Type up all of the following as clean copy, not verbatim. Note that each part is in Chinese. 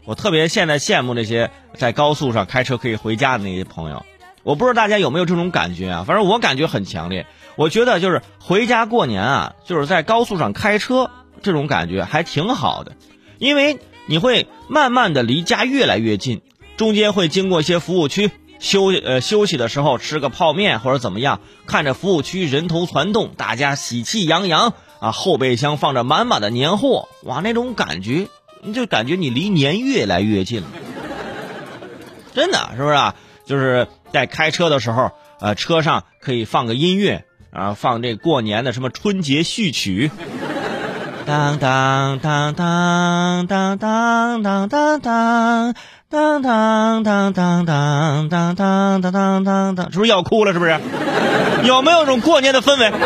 我特别现在羡慕那些在高速上开车可以回家的那些朋友。我不知道大家有没有这种感觉啊？反正我感觉很强烈。我觉得就是回家过年啊，就是在高速上开车，这种感觉还挺好的，因为你会慢慢的离家越来越近，中间会经过一些服务区，休息的时候吃个泡面或者怎么样，看着服务区人头攒动，大家喜气洋洋啊，后备箱放着满满的年货，哇，那种感觉你就感觉你离年越来越近了，真的是不是啊？就是在开车的时候，车上可以放个音乐啊，放这过年的什么春节序曲，当当当当当当当当当。当当当当当当当当当当，是不是要哭了？是不是？有没有种过年的氛围？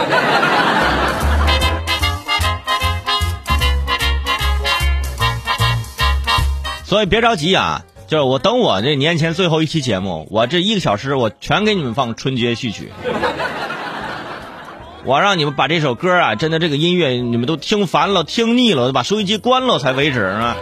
所以别着急啊，就是我等我这年前最后一期节目，我这1个小时我全给你们放春节序曲。我让你们把这首歌啊，真的这个音乐你们都听烦了、听腻了，把收音机关了才为止啊。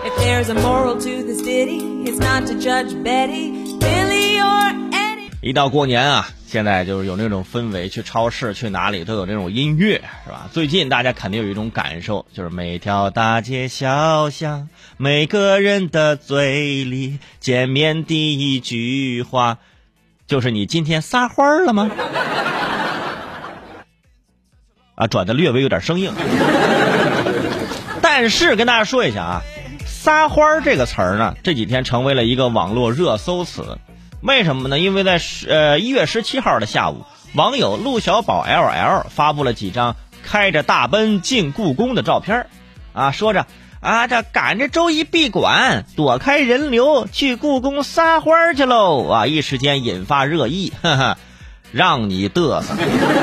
一到过年啊，现在就是有那种氛围，去超市去哪里都有那种音乐，是吧？最近大家肯定有一种感受，就是每条大街小巷，每个人的嘴里，见面第一句话就是你今天撒欢了吗？啊，转的略微有点生硬，但是跟大家说一下啊，撒欢这个词儿呢，这几天成为了一个网络热搜词。为什么呢？因为在1月17号的下午，网友陆小宝 LL 发布了几张开着大奔进故宫的照片啊，说着啊，这赶着周一闭馆，躲开人流去故宫撒欢去喽啊！一时间引发热议，哈哈，让你嘚瑟。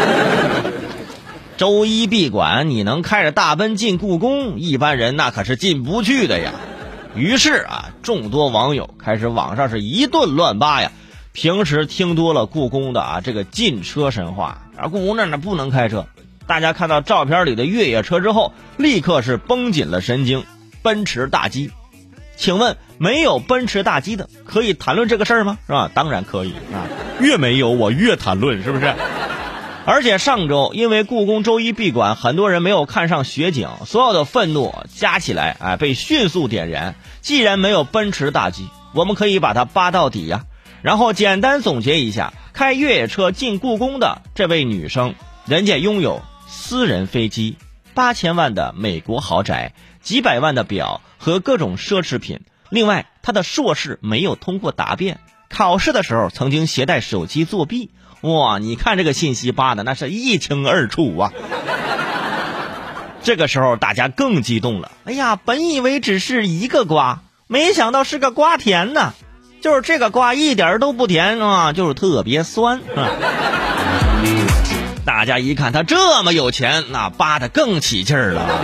周一闭馆，你能开着大奔进故宫，一般人那可是进不去的呀。于是啊，众多网友开始网上是一顿乱扒呀。平时听多了故宫的啊这个禁车神话，而故宫那不能开车。大家看到照片里的越野车之后，立刻是绷紧了神经。奔驰大 G， 请问没有奔驰大 G 的可以谈论这个事儿吗？是吧？当然可以啊，越没有我越谈论，是不是？而且上周因为故宫周一闭馆，很多人没有看上雪景，所有的愤怒加起来，被迅速点燃。既然没有奔驰大 G， 我们可以把它扒到底呀。然后简单总结一下，开越野车进故宫的这位女生，人家拥有私人飞机、8000万的美国豪宅、几百万的表和各种奢侈品。另外，她的硕士没有通过答辩，考试的时候曾经携带手机作弊。哇，你看这个信息扒的那是一清二楚啊！这个时候大家更激动了，哎呀，本以为只是一个瓜，没想到是个瓜甜呢。就是这个瓜一点都不甜啊，就是特别酸啊。大家一看他这么有钱，那扒的更起劲儿了。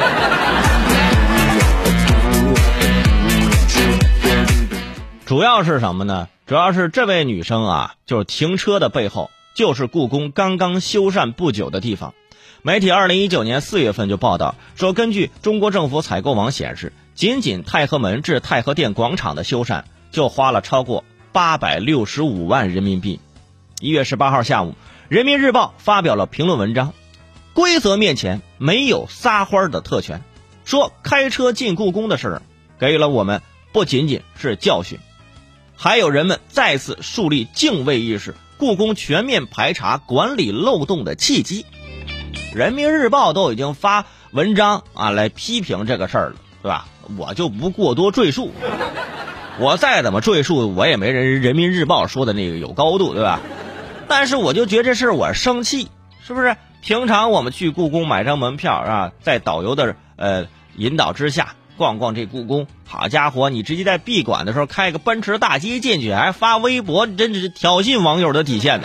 主要是什么呢？主要是这位女生啊，就是停车的背后就是故宫刚刚修缮不久的地方。媒体2019年4月份就报道说，根据中国政府采购网显示，仅太和门至太和殿广场的修缮就花了超过865万人民币。1月18号下午，人民日报发表了评论文章，规则面前没有撒欢的特权，说开车进故宫的事儿给了我们不仅仅是教训，还有人们再次树立敬畏意识，故宫全面排查管理漏洞的契机。人民日报都已经发文章啊来批评这个事儿了，对吧？我就不过多赘述，我再怎么赘述我也没人民日报说的那个有高度，对吧？但是我就觉得这事儿我生气，是不是？平常我们去故宫买张门票啊，在导游的引导之下逛逛这故宫，好家伙，你直接在闭馆的时候开个奔驰大 G 进去，还发微博，真是挑衅网友的底线的。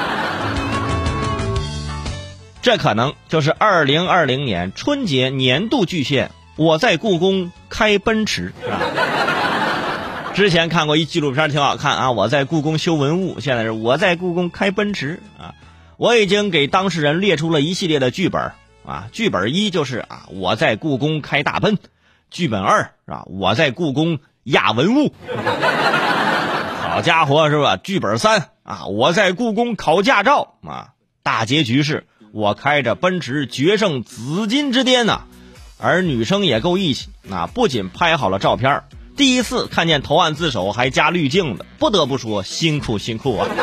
这可能就是2020年春节年度巨献，我在故宫开奔驰。之前看过一纪录片挺好看啊，我在故宫修文物，现在是我在故宫开奔驰啊。我已经给当事人列出了一系列的剧本啊，剧本1就是啊，我在故宫开大奔。剧本2啊，我在故宫亚文物。好家伙是吧？剧本3啊，我在故宫考驾照啊，大结局是我开着奔驰决胜紫金之巅呐，而女生也够义气啊，不仅拍好了照片，第一次看见投案自首还加滤镜的，不得不说辛苦辛苦啊。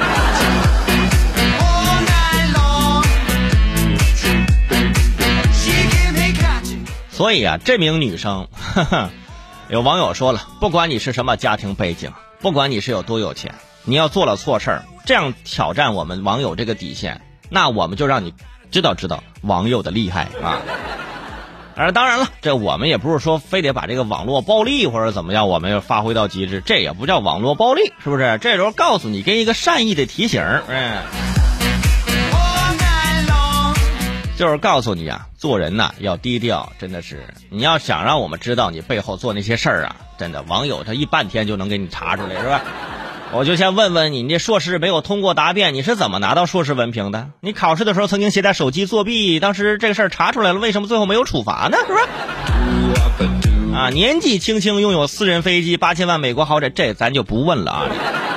所以啊，这名女生有网友说了，不管你是什么家庭背景，不管你是有多有钱，你要做了错事儿，这样挑战我们网友这个底线，那我们就让你知道网友的厉害啊。而当然了，这我们也不是说非得把这个网络暴力或者怎么样，我们要发挥到极致，这也不叫网络暴力，是不是？这时候告诉你，给一个善意的提醒，就是告诉你啊，做人呐要低调，真的是你要想让我们知道你背后做那些事儿啊，真的网友他一半天就能给你查出来，是吧？我就先问问你，你这硕士没有通过答辩，你是怎么拿到硕士文凭的？你考试的时候曾经携带手机作弊，当时这个事儿查出来了，为什么最后没有处罚呢？是吧？啊，年纪轻轻拥有私人飞机，8000万美国豪宅，这咱就不问了啊。